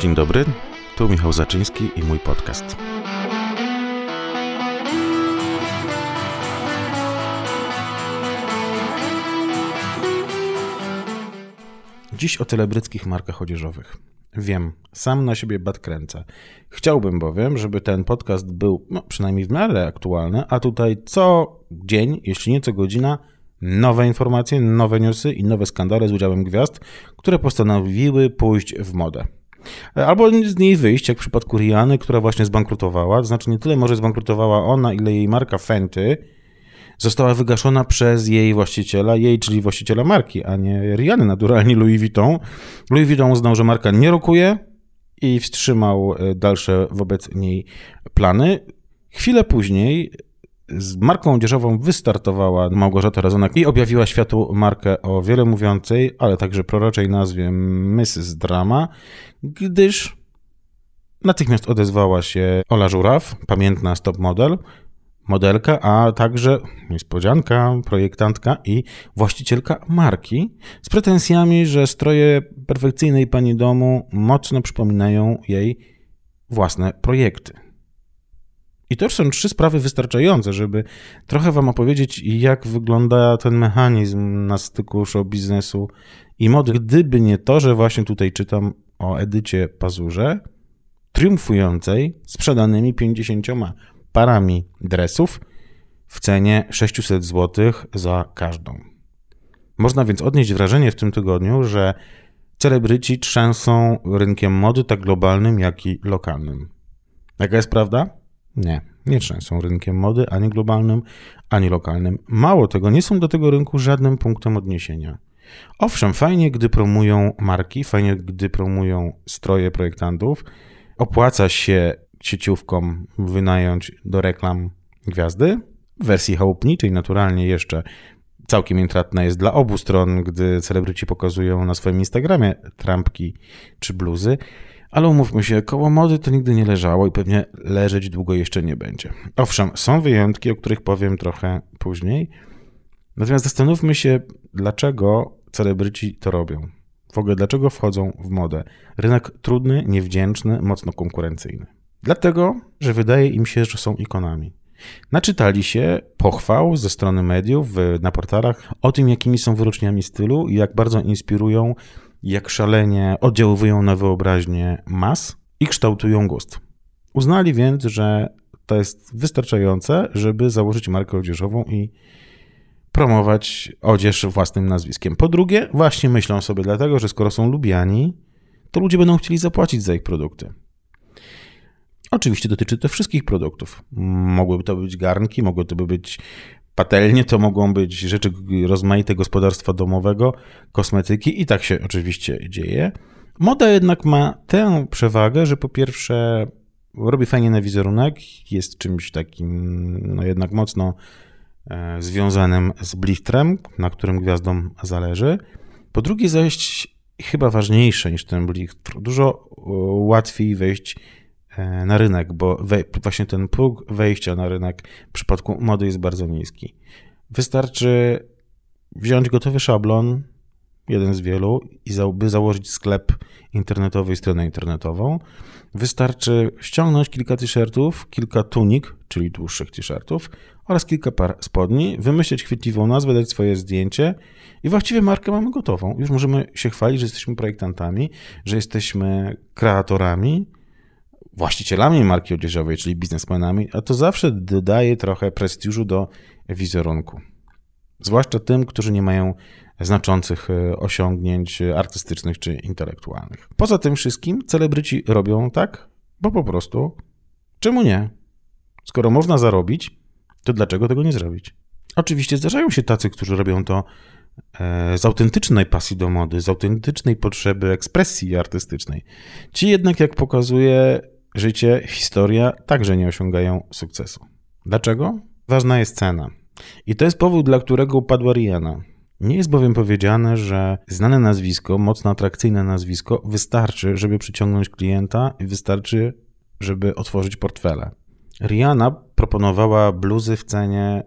Dzień dobry, tu Michał Zaczyński i mój podcast. Dziś o celebryckich markach odzieżowych. Wiem, sam na siebie bat kręcę. Chciałbym bowiem, żeby ten podcast był przynajmniej w miarę aktualny, a tutaj co dzień, jeśli nie co godzina, nowe informacje, nowe newsy i nowe skandale z udziałem gwiazd, które postanowiły pójść w modę. Albo z niej wyjść, jak w przypadku Rihanny, która właśnie zbankrutowała. To znaczy nie tyle może zbankrutowała ona, ile jej marka Fenty została wygaszona przez jej właściciela, czyli właściciela marki, a nie Rihanny, naturalnie Louis Vuitton. Louis Vuitton uznał, że marka nie rokuje i wstrzymał dalsze wobec niej plany. Chwilę później z marką odzieżową wystartowała Małgorzata Rozenek i objawiła światu markę o wiele mówiącej, ale także proroczej nazwie Mrs. Drama, gdyż natychmiast odezwała się Ola Żuraw, pamiętna top model, modelka, a także niespodzianka, projektantka i właścicielka marki z pretensjami, że stroje perfekcyjnej pani domu mocno przypominają jej własne projekty. I to już są 3 sprawy wystarczające, żeby trochę wam opowiedzieć, jak wygląda ten mechanizm na styku show biznesu i mody. Gdyby nie to, że właśnie tutaj czytam o Edycie Pazurze, triumfującej sprzedanymi 50 parami dresów w cenie 600 zł za każdą. Można więc odnieść wrażenie w tym tygodniu, że celebryci trzęsą rynkiem mody tak globalnym, jak i lokalnym. Jaka jest prawda? Nie trzęsą rynkiem mody ani globalnym, ani lokalnym. Mało tego, nie są do tego rynku żadnym punktem odniesienia. Owszem, fajnie, gdy promują marki, fajnie, gdy promują stroje projektantów. Opłaca się sieciówkom wynająć do reklam gwiazdy. W wersji chałupniczej naturalnie jeszcze całkiem intratna jest dla obu stron, gdy celebryci pokazują na swoim Instagramie trampki czy bluzy. Ale umówmy się, koło mody to nigdy nie leżało i pewnie leżeć długo jeszcze nie będzie. Owszem, są wyjątki, o których powiem trochę później. Natomiast zastanówmy się, dlaczego celebryci to robią. W ogóle dlaczego wchodzą w modę. Rynek trudny, niewdzięczny, mocno konkurencyjny. Dlatego, że wydaje im się, że są ikonami. Naczytali się pochwał ze strony mediów na portalach o tym, jakimi są wyroczniami stylu i jak bardzo inspirują, jak szalenie oddziaływują na wyobraźnię mas i kształtują gust. Uznali więc, że to jest wystarczające, żeby założyć markę odzieżową i promować odzież własnym nazwiskiem. Po drugie, właśnie myślą sobie dlatego, że skoro są lubiani, to ludzie będą chcieli zapłacić za ich produkty. Oczywiście dotyczy to wszystkich produktów. Mogłyby to być garnki, mogły to być patelnie, to mogą być rzeczy rozmaite gospodarstwa domowego, kosmetyki i tak się oczywiście dzieje. Moda jednak ma tę przewagę, że po pierwsze robi fajnie na wizerunek, jest czymś takim jednak mocno związanym z blichtrem, na którym gwiazdom zależy. Po drugie zaś chyba ważniejsze niż ten blichtr, dużo łatwiej wejść na rynek, bo właśnie ten próg wejścia na rynek w przypadku mody jest bardzo niski. Wystarczy wziąć gotowy szablon, jeden z wielu, by założyć sklep internetowy i stronę internetową. Wystarczy ściągnąć kilka t-shirtów, kilka tunik, czyli dłuższych t-shirtów oraz kilka par spodni, wymyślić chwytliwą nazwę, dać swoje zdjęcie i właściwie markę mamy gotową. Już możemy się chwalić, że jesteśmy projektantami, że jesteśmy kreatorami, właścicielami marki odzieżowej, czyli biznesmenami, a to zawsze dodaje trochę prestiżu do wizerunku. Zwłaszcza tym, którzy nie mają znaczących osiągnięć artystycznych czy intelektualnych. Poza tym wszystkim celebryci robią tak, bo po prostu czemu nie? Skoro można zarobić, to dlaczego tego nie zrobić? Oczywiście zdarzają się tacy, którzy robią to z autentycznej pasji do mody, z autentycznej potrzeby ekspresji artystycznej. Ci jednak, jak pokazuje życie, historia, także nie osiągają sukcesu. Dlaczego? Ważna jest cena. I to jest powód, dla którego upadła Rihanna. Nie jest bowiem powiedziane, że znane nazwisko, mocno atrakcyjne nazwisko wystarczy, żeby przyciągnąć klienta i wystarczy, żeby otworzyć portfele. Rihanna proponowała bluzy w cenie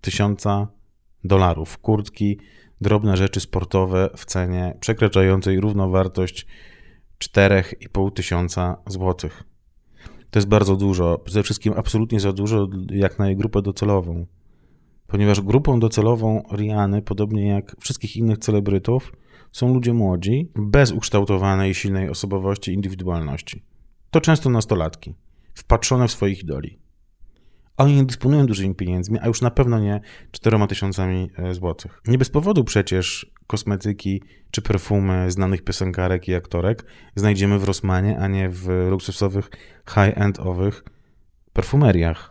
$1000, kurtki, drobne rzeczy sportowe w cenie przekraczającej równowartość 4,5 tysiąca złotych. To jest bardzo dużo, przede wszystkim absolutnie za dużo jak na jej grupę docelową. Ponieważ grupą docelową Rihanny, podobnie jak wszystkich innych celebrytów, są ludzie młodzi, bez ukształtowanej, silnej osobowości i indywidualności. To często nastolatki, wpatrzone w swoich idoli. Oni nie dysponują dużymi pieniędzmi, a już na pewno nie 4 tysiącami złotych. Nie bez powodu przecież kosmetyki czy perfumy znanych piosenkarek i aktorek znajdziemy w Rossmanie, a nie w luksusowych, high-endowych perfumeriach.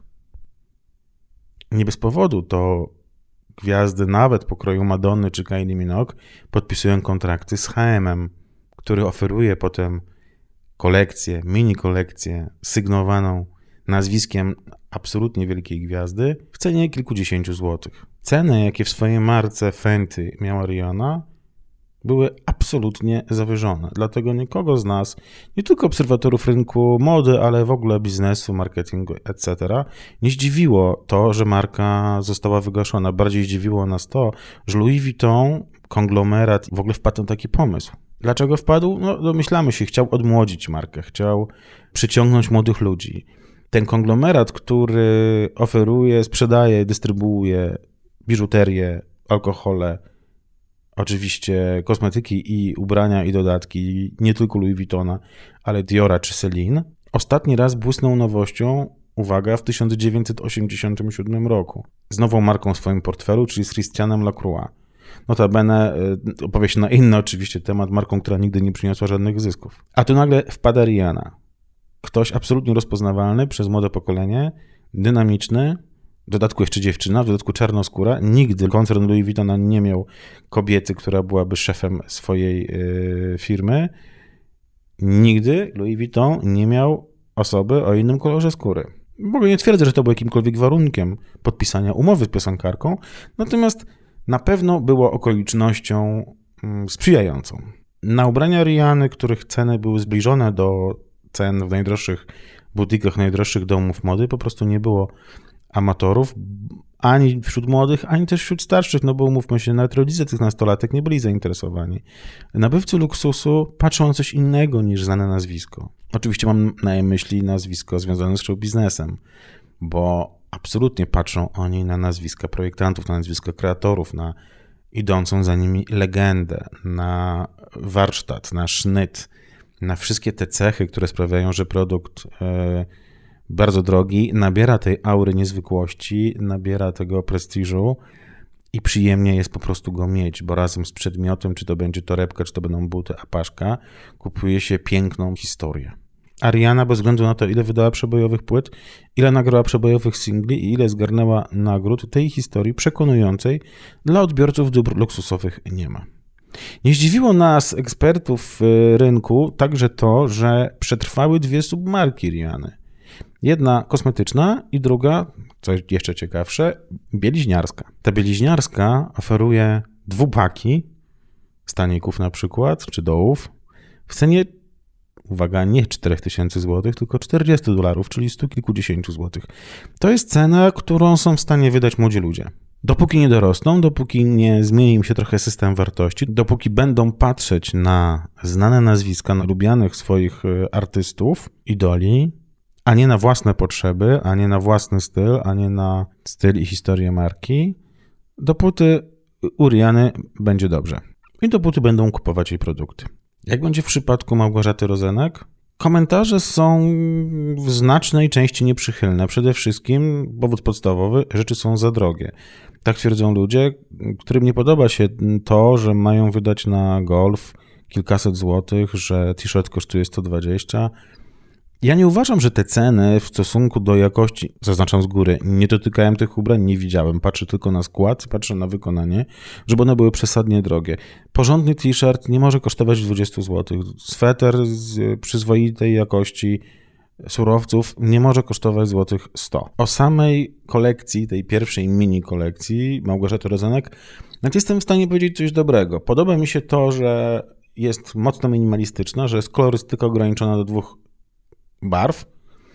Nie bez powodu to gwiazdy nawet pokroju Madonny czy Kylie Minogue podpisują kontrakty z H&M, który oferuje potem kolekcję, mini kolekcję sygnowaną nazwiskiem absolutnie wielkiej gwiazdy w cenie kilkudziesięciu złotych. Ceny, jakie w swojej marce Fenty miała Rihanna, były absolutnie zawyżone. Dlatego nikogo z nas, nie tylko obserwatorów rynku mody, ale w ogóle biznesu, marketingu, etc., nie zdziwiło to, że marka została wygaszona. Bardziej zdziwiło nas to, że Louis Vuitton, konglomerat, w ogóle wpadł na taki pomysł. Dlaczego wpadł? No, domyślamy się, chciał odmłodzić markę, chciał przyciągnąć młodych ludzi. Ten konglomerat, który oferuje, sprzedaje, dystrybuuje biżuterię, alkohole, oczywiście kosmetyki i ubrania i dodatki, nie tylko Louis Vuittona, ale Diora czy Celine, ostatni raz błysnął nowością, uwaga, w 1987 roku. Z nową marką w swoim portfelu, czyli z Christianem Lacroix. Notabene opowieść na inny oczywiście temat, marką, która nigdy nie przyniosła żadnych zysków. A tu nagle wpada Rihanna. Ktoś absolutnie rozpoznawalny przez młode pokolenie, dynamiczny, w dodatku jeszcze dziewczyna, w dodatku czarnoskóra. Nigdy koncern Louis Vuittona nie miał kobiety, która byłaby szefem swojej firmy. Nigdy Louis Vuitton nie miał osoby o innym kolorze skóry. W ogóle nie twierdzę, że to było jakimkolwiek warunkiem podpisania umowy z piosenkarką, natomiast na pewno było okolicznością sprzyjającą. Na ubrania Rihanny, których ceny były zbliżone do cen w najdroższych butikach, najdroższych domów mody, po prostu nie było amatorów, ani wśród młodych, ani też wśród starszych, no bo umówmy się, nawet rodzice tych nastolatek nie byli zainteresowani. Nabywcy luksusu patrzą na coś innego niż znane nazwisko. Oczywiście mam na myśli nazwisko związane z show biznesem, bo absolutnie patrzą oni na nazwiska projektantów, na nazwiska kreatorów, na idącą za nimi legendę, na warsztat, na sznyt, na wszystkie te cechy, które sprawiają, że produkt bardzo drogi nabiera tej aury niezwykłości, nabiera tego prestiżu i przyjemnie jest po prostu go mieć, bo razem z przedmiotem, czy to będzie torebka, czy to będą buty, apaszka, kupuje się piękną historię. A Rihanna, bez względu na to, ile wydała przebojowych płyt, ile nagrała przebojowych singli i ile zgarnęła nagród, tej historii przekonującej dla odbiorców dóbr luksusowych nie ma. Nie zdziwiło nas, ekspertów rynku, także to, że przetrwały dwie submarki Rihanny. Jedna kosmetyczna i druga, co jeszcze ciekawsze, bieliźniarska. Ta bieliźniarska oferuje dwupaki staników na przykład, czy dołów w cenie, uwaga, nie 4000 zł, tylko $40, czyli 100 kilkudziesięciu złotych. To jest cena, którą są w stanie wydać młodzi ludzie. Dopóki nie dorosną, dopóki nie zmieni im się trochę system wartości, dopóki będą patrzeć na znane nazwiska, na lubianych swoich artystów, idoli, a nie na własne potrzeby, a nie na własny styl, a nie na styl i historię marki, dopóty u Rihanny będzie dobrze. I dopóty będą kupować jej produkty. Jak będzie w przypadku Małgorzaty Rozenek? Komentarze są w znacznej części nieprzychylne. Przede wszystkim powód podstawowy, rzeczy są za drogie. Tak twierdzą ludzie, którym nie podoba się to, że mają wydać na golf kilkaset złotych, że t-shirt kosztuje 120. Ja nie uważam, że te ceny w stosunku do jakości, zaznaczam z góry, nie dotykałem tych ubrań, nie widziałem. Patrzę tylko na skład, patrzę na wykonanie, żeby one były przesadnie drogie. Porządny t-shirt nie może kosztować 20 zł. Sweter z przyzwoitej jakości surowców nie może kosztować złotych 100. O samej kolekcji, tej pierwszej mini kolekcji Małgorzaty Rozenek, jestem w stanie powiedzieć coś dobrego. Podoba mi się to, że jest mocno minimalistyczna, że jest kolorystyka ograniczona do 2 barw,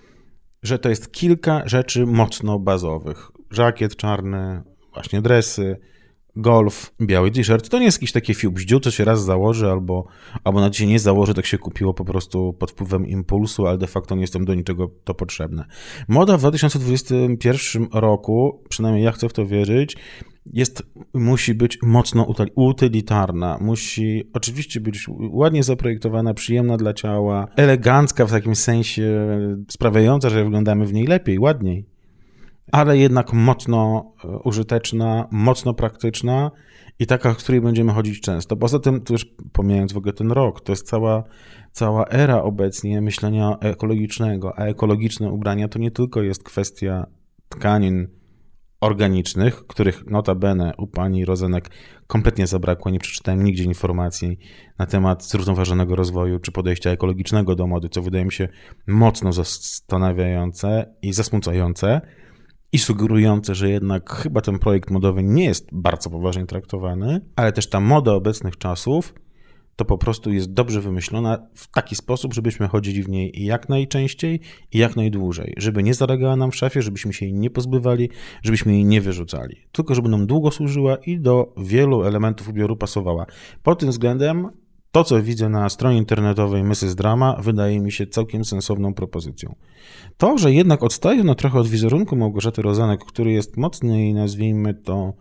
że to jest kilka rzeczy mocno bazowych. Żakiet czarny, właśnie dresy, golf, biały t-shirt, to nie jest jakiś taki fiubździu, co się raz założy, albo nawet się nie założy, tak się kupiło po prostu pod wpływem impulsu, ale de facto nie jest do niczego to potrzebne. Moda w 2021 roku, przynajmniej ja chcę w to wierzyć, musi być mocno utylitarna, musi oczywiście być ładnie zaprojektowana, przyjemna dla ciała, elegancka w takim sensie, sprawiająca, że wyglądamy w niej lepiej, ładniej, ale jednak mocno użyteczna, mocno praktyczna i taka, w której będziemy chodzić często. Poza tym, to już pomijając w ogóle ten rok, to jest cała era obecnie myślenia ekologicznego, a ekologiczne ubrania to nie tylko jest kwestia tkanin organicznych, których notabene u pani Rozenek kompletnie zabrakło, nie przeczytałem nigdzie informacji na temat zrównoważonego rozwoju czy podejścia ekologicznego do mody, co wydaje mi się mocno zastanawiające i zasmucające i sugerujące, że jednak chyba ten projekt modowy nie jest bardzo poważnie traktowany, ale też ta moda obecnych czasów to po prostu jest dobrze wymyślona w taki sposób, żebyśmy chodzili w niej jak najczęściej i jak najdłużej. Żeby nie zalegała nam w szafie, żebyśmy się jej nie pozbywali, żebyśmy jej nie wyrzucali. Tylko żeby nam długo służyła i do wielu elementów ubioru pasowała. Pod tym względem to, co widzę na stronie internetowej Mrs. Drama, wydaje mi się całkiem sensowną propozycją. To, że jednak odstaje ona trochę od wizerunku Małgorzaty Rozenek, który jest mocniej, nazwijmy to,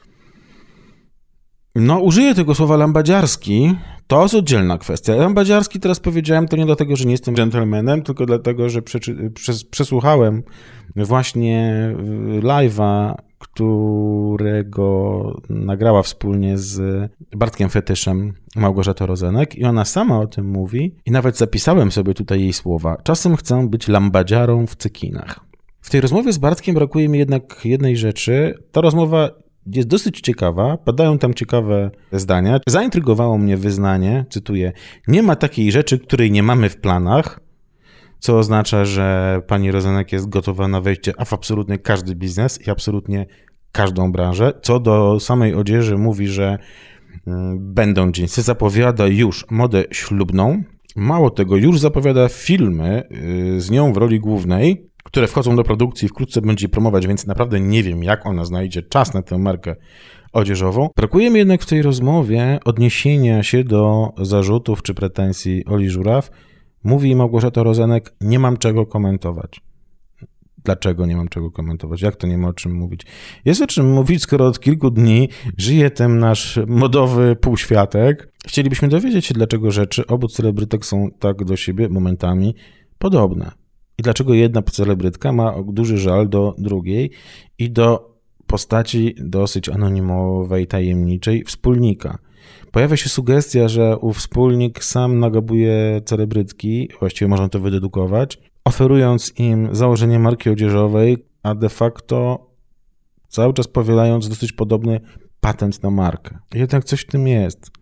użyję tego słowa lambadziarski, to jest oddzielna kwestia. Lambadziarski teraz powiedziałem to nie dlatego, że nie jestem dżentelmenem, tylko dlatego, że przesłuchałem właśnie live'a, którego nagrała wspólnie z Bartkiem Fetyszem Małgorzata Rozenek i ona sama o tym mówi i nawet zapisałem sobie tutaj jej słowa. Czasem chcę być lambadziarą w cekinach. W tej rozmowie z Bartkiem brakuje mi jednak jednej rzeczy. Ta rozmowa jest dosyć ciekawa, padają tam ciekawe zdania. Zaintrygowało mnie wyznanie, cytuję, nie ma takiej rzeczy, której nie mamy w planach, co oznacza, że pani Rozenek jest gotowa na wejście w absolutnie każdy biznes i absolutnie każdą branżę. Co do samej odzieży mówi, że będą dżinsy, zapowiada już modę ślubną. Mało tego, już zapowiada filmy z nią w roli głównej, które wchodzą do produkcji i wkrótce będzie promować, więc naprawdę nie wiem, jak ona znajdzie czas na tę markę odzieżową. Brakuje mi jednak w tej rozmowie odniesienia się do zarzutów czy pretensji Oli Żuraw. Mówi Małgorzata Rozenek, nie mam czego komentować. Dlaczego nie mam czego komentować? Jak to nie ma o czym mówić? Jest o czym mówić, skoro od kilku dni żyje ten nasz modowy półświatek. Chcielibyśmy dowiedzieć się, dlaczego rzeczy obu celebrytek są tak do siebie momentami podobne. I dlaczego jedna celebrytka ma duży żal do drugiej i do postaci dosyć anonimowej, tajemniczej wspólnika. Pojawia się sugestia, że ów wspólnik sam nagabuje celebrytki, właściwie można to wydedukować, oferując im założenie marki odzieżowej, a de facto cały czas powielając dosyć podobny patent na markę. Jednak coś w tym jest.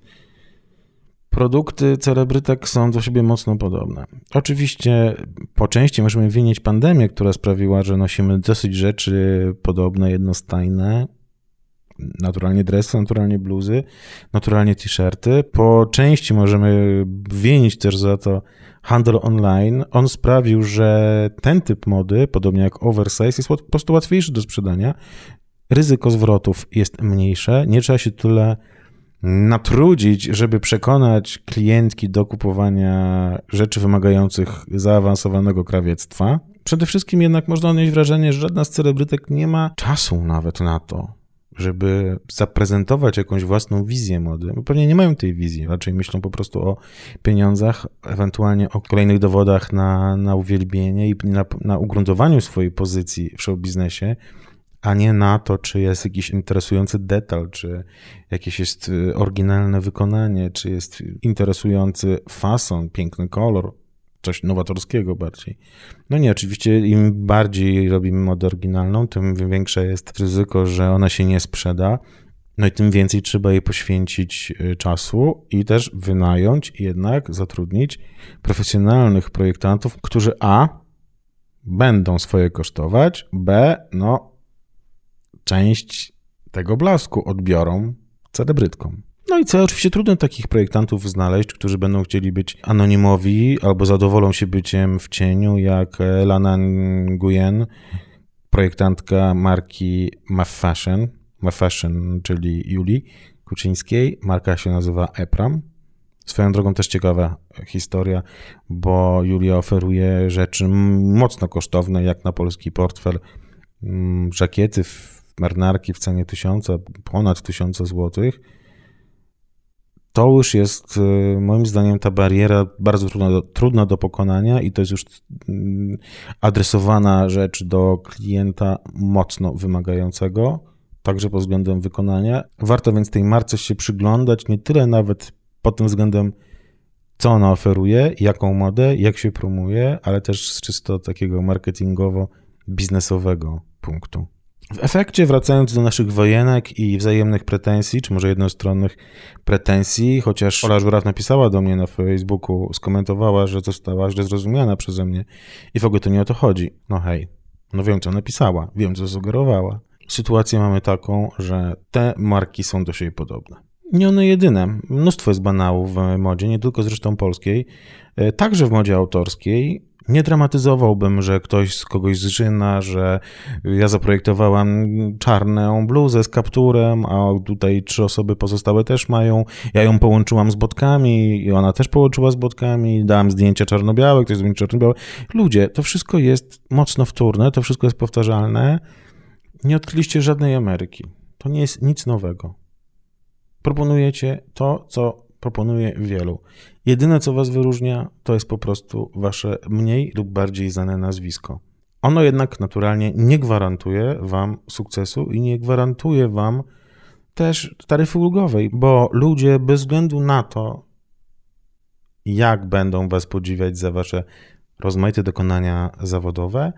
Produkty celebrytek są do siebie mocno podobne. Oczywiście po części możemy winić pandemię, która sprawiła, że nosimy dosyć rzeczy podobne, jednostajne. Naturalnie dresy, naturalnie bluzy, naturalnie t-shirty. Po części możemy winić też za to handel online. On sprawił, że ten typ mody, podobnie jak oversize, jest po prostu łatwiejszy do sprzedania. Ryzyko zwrotów jest mniejsze. Nie trzeba się tyle natrudzić, żeby przekonać klientki do kupowania rzeczy wymagających zaawansowanego krawiectwa. Przede wszystkim jednak można odnieść wrażenie, że żadna z celebrytek nie ma czasu nawet na to, żeby zaprezentować jakąś własną wizję mody. Bo pewnie nie mają tej wizji, raczej myślą po prostu o pieniądzach, ewentualnie o kolejnych dowodach na uwielbienie i na ugruntowaniu swojej pozycji w showbiznesie, a nie na to, czy jest jakiś interesujący detal, czy jakieś jest oryginalne wykonanie, czy jest interesujący fason, piękny kolor, coś nowatorskiego bardziej. No nie, oczywiście im bardziej robimy modę oryginalną, tym większe jest ryzyko, że ona się nie sprzeda, no i tym więcej trzeba jej poświęcić czasu i też wynająć, jednak zatrudnić profesjonalnych projektantów, którzy będą swoje kosztować, część tego blasku odbiorą celebrytkom. No i co, oczywiście trudno takich projektantów znaleźć, którzy będą chcieli być anonimowi albo zadowolą się byciem w cieniu, jak Lana Nguyen, projektantka marki Maff Fashion. Fashion, czyli Julii Kuczyńskiej. Marka się nazywa Epram. Swoją drogą też ciekawa historia, bo Julia oferuje rzeczy mocno kosztowne, jak na polski portfel. Żakiety, marynarki w cenie ponad 1000 złotych. To już jest moim zdaniem ta bariera bardzo trudna do pokonania i to jest już adresowana rzecz do klienta mocno wymagającego, także pod względem wykonania. Warto więc tej marce się przyglądać, nie tyle nawet pod tym względem, co ona oferuje, jaką modę, jak się promuje, ale też z czysto takiego marketingowo-biznesowego punktu. W efekcie, wracając do naszych wojenek i wzajemnych pretensji, czy może jednostronnych pretensji, chociaż Ola Żuraw napisała do mnie na Facebooku, skomentowała, że została źle zrozumiana przeze mnie i w ogóle to nie o to chodzi. No hej, no wiem co napisała, wiem co sugerowała. Sytuację mamy taką, że te marki są do siebie podobne. Nie one jedyne. Mnóstwo jest banałów w modzie, nie tylko zresztą polskiej, także w modzie autorskiej. Nie dramatyzowałbym, że ktoś z kogoś zżyna, że ja zaprojektowałam czarną bluzę z kapturem, a tutaj 3 osoby pozostałe też mają. Ja ją połączyłam z botkami i ona też połączyła z botkami. Dałam zdjęcia czarno-białe, ktoś zdjęcia czarno-białe. Ludzie, to wszystko jest mocno wtórne, to wszystko jest powtarzalne. Nie odkryliście żadnej Ameryki. To nie jest nic nowego. Proponujecie to, co proponuje wielu. Jedyne, co was wyróżnia, to jest po prostu wasze mniej lub bardziej znane nazwisko. Ono jednak naturalnie nie gwarantuje wam sukcesu i nie gwarantuje wam też taryfy ulgowej, bo ludzie bez względu na to, jak będą was podziwiać za wasze rozmaite dokonania zawodowe,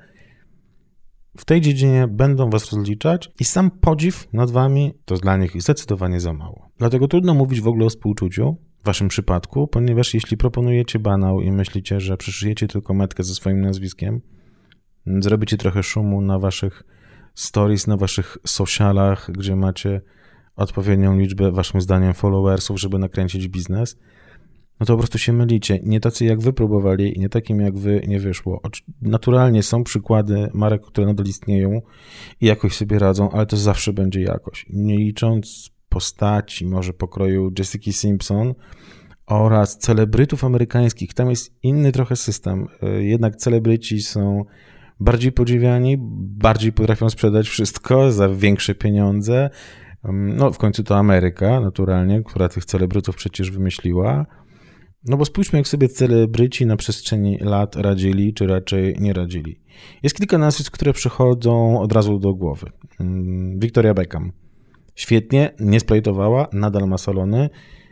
w tej dziedzinie będą was rozliczać i sam podziw nad wami to dla nich zdecydowanie za mało. Dlatego trudno mówić w ogóle o współczuciu w waszym przypadku, ponieważ jeśli proponujecie banał i myślicie, że przyszyjecie tylko metkę ze swoim nazwiskiem, zrobicie trochę szumu na waszych stories, na waszych socialach, gdzie macie odpowiednią liczbę, waszym zdaniem, followersów, żeby nakręcić biznes, no to po prostu się mylicie. Nie tacy jak wy próbowali i nie takim jak wy nie wyszło. Naturalnie są przykłady marek, które nadal istnieją i jakoś sobie radzą, ale to zawsze będzie jakoś. Nie licząc postaci, może pokroju Jessica Simpson oraz celebrytów amerykańskich. Tam jest inny trochę system. Jednak celebryci są bardziej podziwiani, bardziej potrafią sprzedać wszystko za większe pieniądze. No w końcu to Ameryka naturalnie, która tych celebrytów przecież wymyśliła. No bo spójrzmy, jak sobie celebryci na przestrzeni lat radzili, czy raczej nie radzili. Jest kilka nazwisk, które przychodzą od razu do głowy. Victoria Beckham. Świetnie, nie splajtowała, nadal ma salony,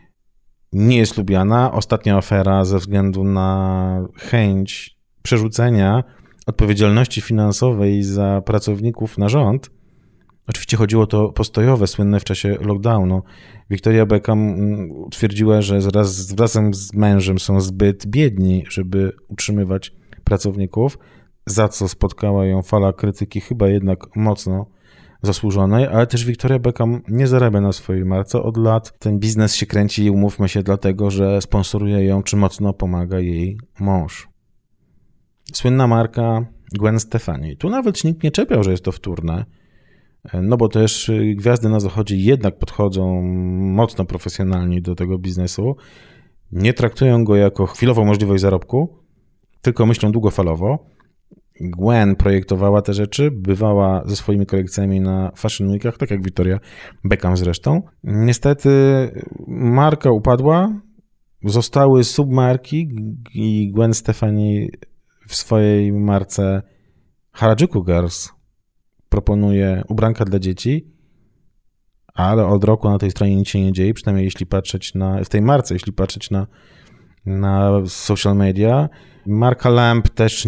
nie jest lubiana. Ostatnia afera ze względu na chęć przerzucenia odpowiedzialności finansowej za pracowników na rząd. Oczywiście chodziło to postojowe, słynne w czasie lockdownu. Victoria Beckham twierdziła, że razem z mężem są zbyt biedni, żeby utrzymywać pracowników, za co spotkała ją fala krytyki, chyba jednak mocno zasłużonej, ale też Victoria Beckham nie zarabia na swojej marce od lat. Ten biznes się kręci, umówmy się, dlatego, że sponsoruje ją, czy mocno pomaga jej mąż. Słynna marka Gwen Stefani. Tu nawet się nikt nie czepiał, że jest to wtórne, no bo też gwiazdy na zachodzie jednak podchodzą mocno profesjonalnie do tego biznesu. Nie traktują go jako chwilową możliwość zarobku, tylko myślą długofalowo. Gwen projektowała te rzeczy, bywała ze swoimi kolekcjami na Fashion Weekach, tak jak Victoria Beckham zresztą. Niestety marka upadła, zostały submarki i Gwen Stefani w swojej marce Harajuku Girls proponuje ubranka dla dzieci, ale od roku na tej stronie nic się nie dzieje, przynajmniej jeśli patrzeć w tej marce, jeśli patrzeć na social media. Marka Lamp też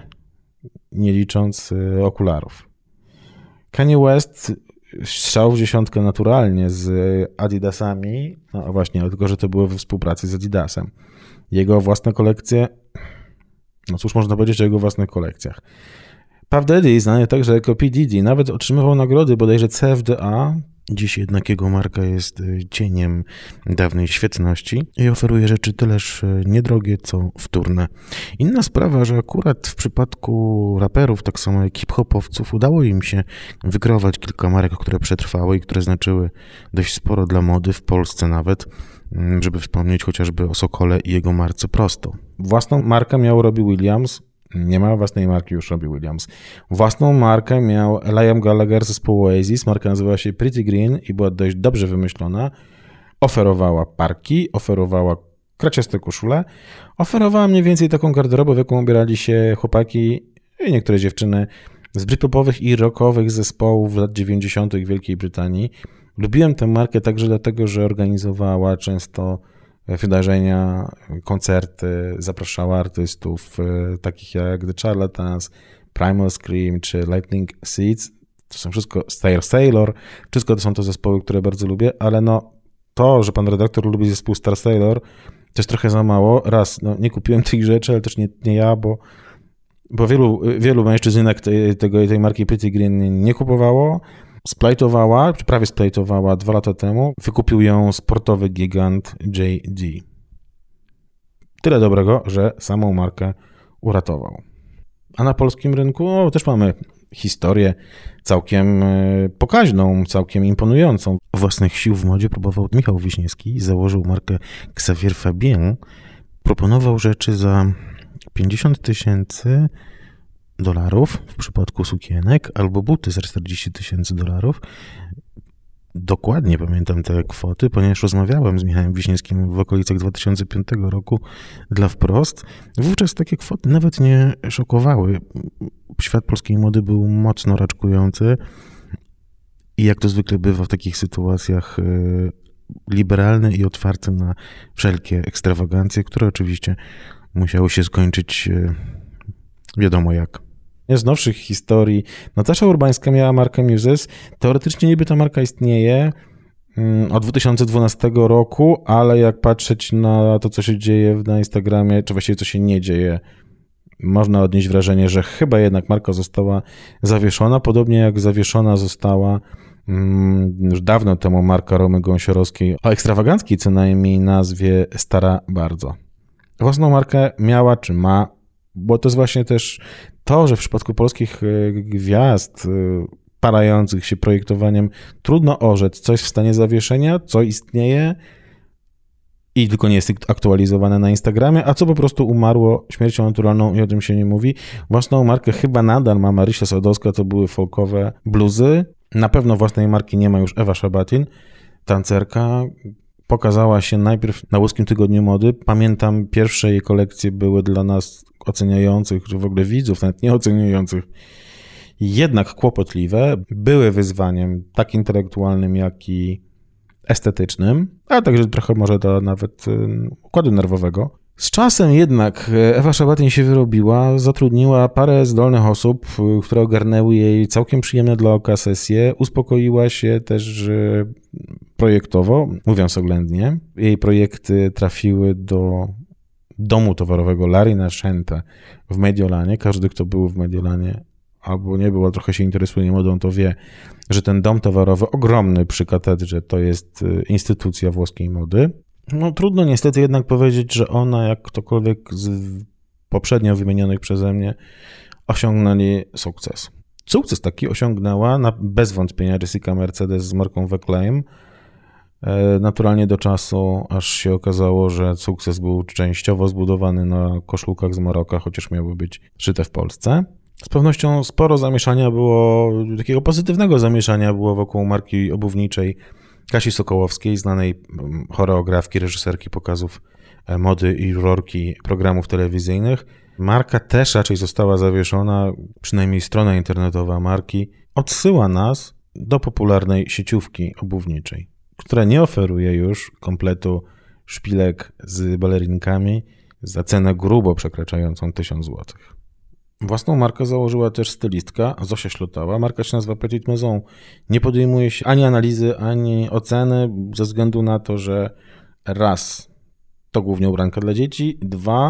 nie licząc okularów. Kanye West strzał w dziesiątkę naturalnie z Adidasami, no właśnie, tylko że to było we współpracy z Adidasem. Jego własne kolekcje, no cóż można powiedzieć o jego własnych kolekcjach. Puff Daddy, znany także jako P. Diddy, nawet otrzymywał nagrody bodajże CFDA. Dziś jednak jego marka jest cieniem dawnej świetności i oferuje rzeczy tyleż niedrogie, co wtórne. Inna sprawa, że akurat w przypadku raperów, tak samo jak hip-hopowców, udało im się wykreować kilka marek, które przetrwały i które znaczyły dość sporo dla mody, w Polsce nawet, żeby wspomnieć chociażby o Sokole i jego marce Prosto. Własną markę miał Robbie Williams. Nie ma własnej marki już Robbie Williams. Własną markę miał Liam Gallagher z zespołu Oasis. Marka nazywała się Pretty Green i była dość dobrze wymyślona. Oferowała parki, oferowała kraciaste koszule, oferowała mniej więcej taką garderobę, w jaką ubierali się chłopaki i niektóre dziewczyny z britpopowych i rockowych zespołów lat 90. w Wielkiej Brytanii. Lubiłem tę markę także dlatego, że organizowała często wydarzenia, koncerty, zapraszała artystów takich jak The Charlatans, Primal Scream czy Lightning Seeds. To są wszystko Star Sailor. Wszystko to są to zespoły, które bardzo lubię, ale to, że pan redaktor lubi zespół Star Sailor, to jest trochę za mało. Raz, nie kupiłem tych rzeczy, ale też nie ja, bo wielu mężczyznek tej marki Pretty Green nie kupowało. Splajtowała, czy prawie splajtowała 2 lata temu. Wykupił ją sportowy gigant JD. Tyle dobrego, że samą markę uratował. A na polskim rynku też mamy historię całkiem pokaźną, całkiem imponującą. Własnych sił w modzie próbował Michał Wiśniewski, założył markę Xavier Fabien. Proponował rzeczy za $50,000 w przypadku sukienek, albo buty za $40,000. Dokładnie pamiętam te kwoty, ponieważ rozmawiałem z Michałem Wiśniewskim w okolicach 2005 roku dla Wprost. Wówczas takie kwoty nawet nie szokowały. Świat polskiej mody był mocno raczkujący i jak to zwykle bywa w takich sytuacjach, liberalny i otwarty na wszelkie ekstrawagancje, które oczywiście musiały się skończyć wiadomo jak. Z nowszych historii Natasza Urbańska miała markę Muses. Teoretycznie niby ta marka istnieje od 2012 roku, ale jak patrzeć na to, co się dzieje na Instagramie, czy właściwie co się nie dzieje, można odnieść wrażenie, że chyba jednak marka została zawieszona, podobnie jak zawieszona została już dawno temu marka Romy Gąsiorowskiej o ekstrawaganckiej co najmniej nazwie Stara Bardzo. Własną markę miała czy ma, bo to jest właśnie też to, że w przypadku polskich gwiazd parających się projektowaniem trudno orzec, co jest w stanie zawieszenia, co istnieje i tylko nie jest aktualizowane na Instagramie, a co po prostu umarło śmiercią naturalną i o tym się nie mówi. Własną markę chyba nadal ma Marysia Sadowska, to były folkowe bluzy. Na pewno własnej marki nie ma już Ewa Szabatin, tancerka. Pokazała się najpierw na Łódzkim Tygodniu Mody. Pamiętam, pierwsze jej kolekcje były dla nas oceniających, czy w ogóle widzów, nawet nie oceniających, jednak kłopotliwe. Były wyzwaniem tak intelektualnym, jak i estetycznym, a także trochę może do nawet układu nerwowego. Z czasem jednak Ewa Szabatin się wyrobiła, zatrudniła parę zdolnych osób, które ogarnęły jej całkiem przyjemne dla oka sesje, uspokoiła się też projektowo, mówiąc oględnie. Jej projekty trafiły do domu towarowego Larry Nascente w Mediolanie. Każdy, kto był w Mediolanie albo nie był, a trochę się interesuje modą, to wie, że ten dom towarowy, ogromny przy katedrze, to jest instytucja włoskiej mody. Trudno niestety jednak powiedzieć, że ona, jak ktokolwiek z poprzednio wymienionych przeze mnie, osiągnęli sukces. Sukces taki osiągnęła bez wątpienia Jessica Mercedes z marką Veclaim. Naturalnie do czasu, aż się okazało, że sukces był częściowo zbudowany na koszulkach z Maroka, chociaż miały być szyte w Polsce. Z pewnością sporo zamieszania było, takiego pozytywnego zamieszania było wokół marki obuwniczej Kasi Sokołowskiej, znanej choreografki, reżyserki pokazów mody i jurorki programów telewizyjnych. Marka też raczej została zawieszona, przynajmniej strona internetowa marki odsyła nas do popularnej sieciówki obuwniczej, która nie oferuje już kompletu szpilek z balerinkami za cenę grubo przekraczającą 1000 zł. Własną markę założyła też stylistka Zosia Ślotała. Marka się nazywa Petite Maison. Nie podejmuje się ani analizy, ani oceny ze względu na to, że raz, to głównie ubranka dla dzieci, 2,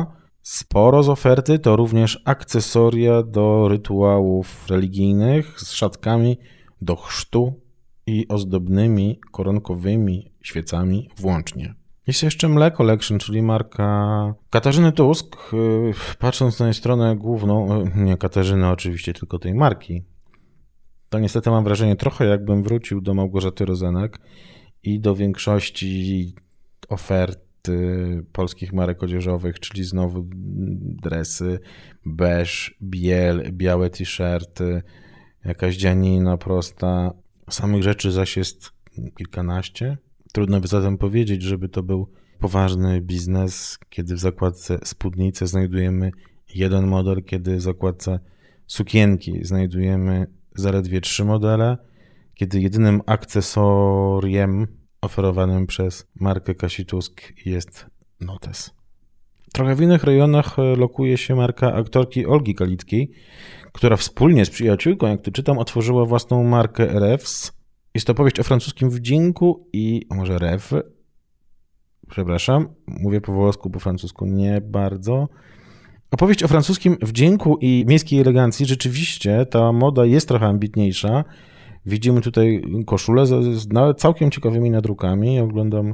Sporo z oferty to również akcesoria do rytuałów religijnych z szatkami do chrztu i ozdobnymi koronkowymi świecami włącznie. Jest jeszcze Mle Collection, czyli marka Katarzyny Tusk. Patrząc na jej stronę główną, nie Katarzyny oczywiście, tylko tej marki, to niestety mam wrażenie trochę jakbym wrócił do Małgorzaty Rozenek i do większości oferty polskich marek odzieżowych, czyli znowu dresy, beż, biel, białe t-shirty, jakaś dzianina prosta. Samych rzeczy zaś jest kilkanaście. Trudno by zatem powiedzieć, żeby to był poważny biznes, kiedy w zakładce spódnicy znajdujemy jeden model, kiedy w zakładce sukienki znajdujemy zaledwie 3 modele, kiedy jedynym akcesoriem oferowanym przez markę Kasi Tusk jest notes. Trochę w innych rejonach lokuje się marka aktorki Olgi Kalitkiej, która wspólnie z przyjaciółką, jak tu czytam, otworzyła własną markę REVS. Jest to opowieść o francuskim wdzięku i może rêve. Przepraszam, mówię po włosku, po francusku nie bardzo. Opowieść o francuskim wdzięku i miejskiej elegancji. Rzeczywiście ta moda jest trochę ambitniejsza. Widzimy tutaj koszule z nawet całkiem ciekawymi nadrukami. Oglądam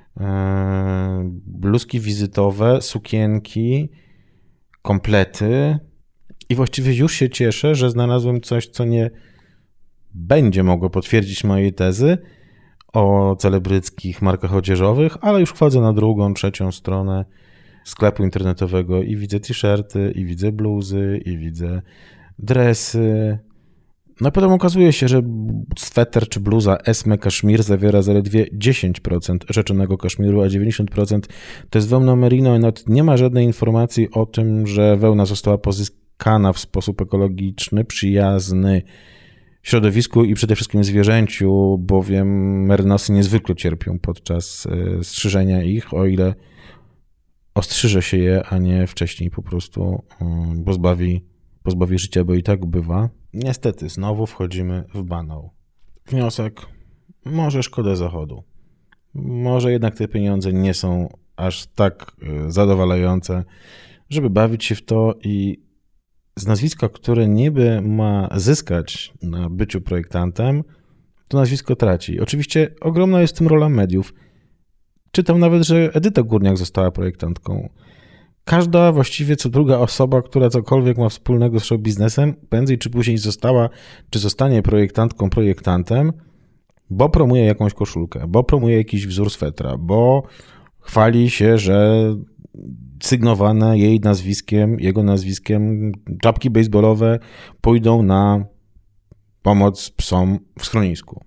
bluzki wizytowe, sukienki, komplety i właściwie już się cieszę, że znalazłem coś, co nie będzie mogło potwierdzić mojej tezy o celebryckich markach odzieżowych, ale już wchodzę na drugą, trzecią stronę sklepu internetowego i widzę t-shirty, i widzę bluzy, i widzę dresy. No i potem okazuje się, że sweter czy bluza Esme Kaszmir zawiera zaledwie 10% rzeczonego kaszmiru, a 90% to jest wełna merino i nawet nie ma żadnej informacji o tym, że wełna została pozyskana w sposób ekologiczny, przyjazny środowisku i przede wszystkim zwierzęciu, bowiem merynosy niezwykle cierpią podczas strzyżenia ich, o ile ostrzyże się je, a nie wcześniej po prostu pozbawi życia, bo i tak bywa. Niestety, znowu wchodzimy w banał. Wniosek, może szkoda Zachodu. Może jednak te pieniądze nie są aż tak zadowalające, żeby bawić się w to i z nazwiska, które niby ma zyskać na byciu projektantem, to nazwisko traci. Oczywiście ogromna jest w tym rola mediów. Czytam nawet, że Edyta Górniak została projektantką. Każda właściwie co druga osoba, która cokolwiek ma wspólnego z show biznesem, prędzej czy później została, czy zostanie projektantką, projektantem, bo promuje jakąś koszulkę, bo promuje jakiś wzór swetra, bo chwali się, że sygnowane jej nazwiskiem, jego nazwiskiem czapki baseballowe pójdą na pomoc psom w schronisku.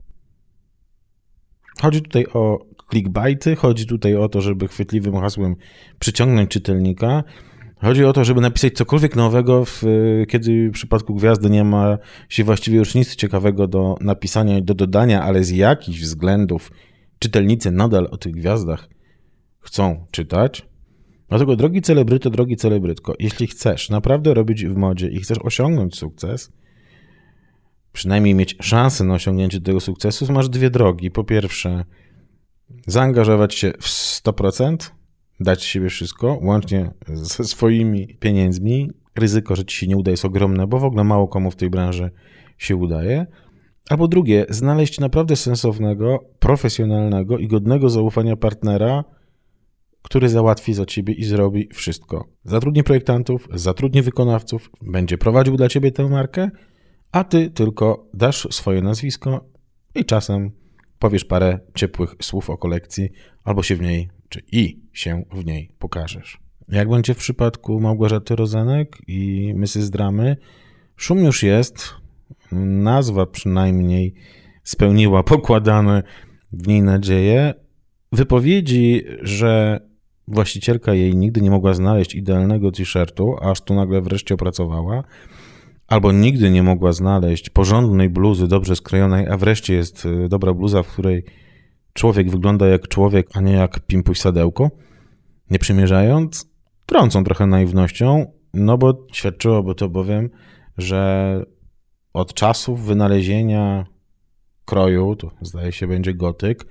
Chodzi tutaj o clickbaity, chodzi tutaj o to, żeby chwytliwym hasłem przyciągnąć czytelnika. Chodzi o to, żeby napisać cokolwiek nowego, kiedy w przypadku gwiazdy nie ma się właściwie już nic ciekawego do napisania i do dodania, ale z jakichś względów czytelnicy nadal o tych gwiazdach chcą czytać. Dlatego drogi celebryto, drogi celebrytko, jeśli chcesz naprawdę robić w modzie i chcesz osiągnąć sukces, przynajmniej mieć szansę na osiągnięcie tego sukcesu, masz dwie drogi. Po pierwsze, zaangażować się w 100%, dać z siebie wszystko, łącznie ze swoimi pieniędzmi. Ryzyko, że ci się nie uda, jest ogromne, bo w ogóle mało komu w tej branży się udaje. Albo drugie, znaleźć naprawdę sensownego, profesjonalnego i godnego zaufania partnera, który załatwi za ciebie i zrobi wszystko. Zatrudni projektantów, zatrudni wykonawców, będzie prowadził dla ciebie tę markę, a ty tylko dasz swoje nazwisko i czasem powiesz parę ciepłych słów o kolekcji, albo się w niej, się w niej pokażesz. Jak będzie w przypadku Małgorzaty Rozenek i Mrs. Dramy, szum już jest, nazwa przynajmniej spełniła pokładane w niej nadzieje. Wypowiedzi, że właścicielka jej nigdy nie mogła znaleźć idealnego t-shirtu, aż tu nagle wreszcie opracowała, albo nigdy nie mogła znaleźć porządnej bluzy, dobrze skrojonej, a wreszcie jest dobra bluza, w której człowiek wygląda jak człowiek, a nie jak pimpuś sadełko, nie przymierzając, trącą trochę naiwnością, no bo świadczyłoby to bowiem, że od czasów wynalezienia kroju, to zdaje się będzie gotyk,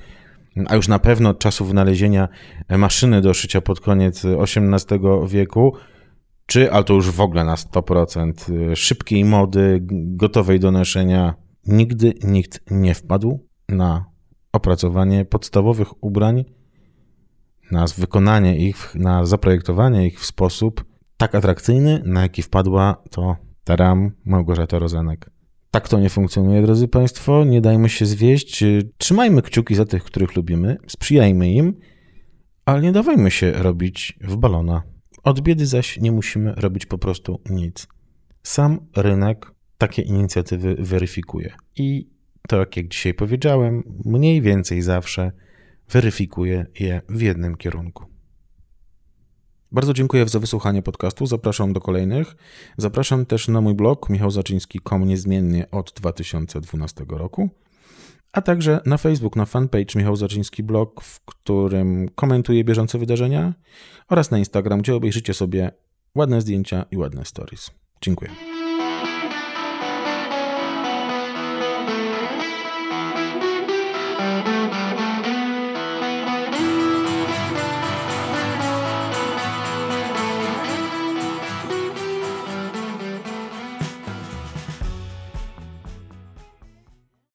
a już na pewno od czasu wynalezienia maszyny do szycia pod koniec XVIII wieku, ale to już w ogóle na 100%, szybkiej mody, gotowej do noszenia, nigdy nikt nie wpadł na opracowanie podstawowych ubrań, na wykonanie ich, na zaprojektowanie ich w sposób tak atrakcyjny, na jaki wpadła to Małgorzata Rozenek. Tak to nie funkcjonuje, drodzy Państwo, nie dajmy się zwieść, trzymajmy kciuki za tych, których lubimy, sprzyjajmy im, ale nie dawajmy się robić w balona. Od biedy zaś nie musimy robić po prostu nic. Sam rynek takie inicjatywy weryfikuje i tak jak dzisiaj powiedziałem, mniej więcej zawsze weryfikuje je w jednym kierunku. Bardzo dziękuję za wysłuchanie podcastu, zapraszam do kolejnych. Zapraszam też na mój blog michałzaczyński.com niezmiennie od 2012 roku, a także na Facebook, na fanpage Michał Zaczyński Blog, w którym komentuję bieżące wydarzenia oraz na Instagram, gdzie obejrzycie sobie ładne zdjęcia i ładne stories. Dziękuję.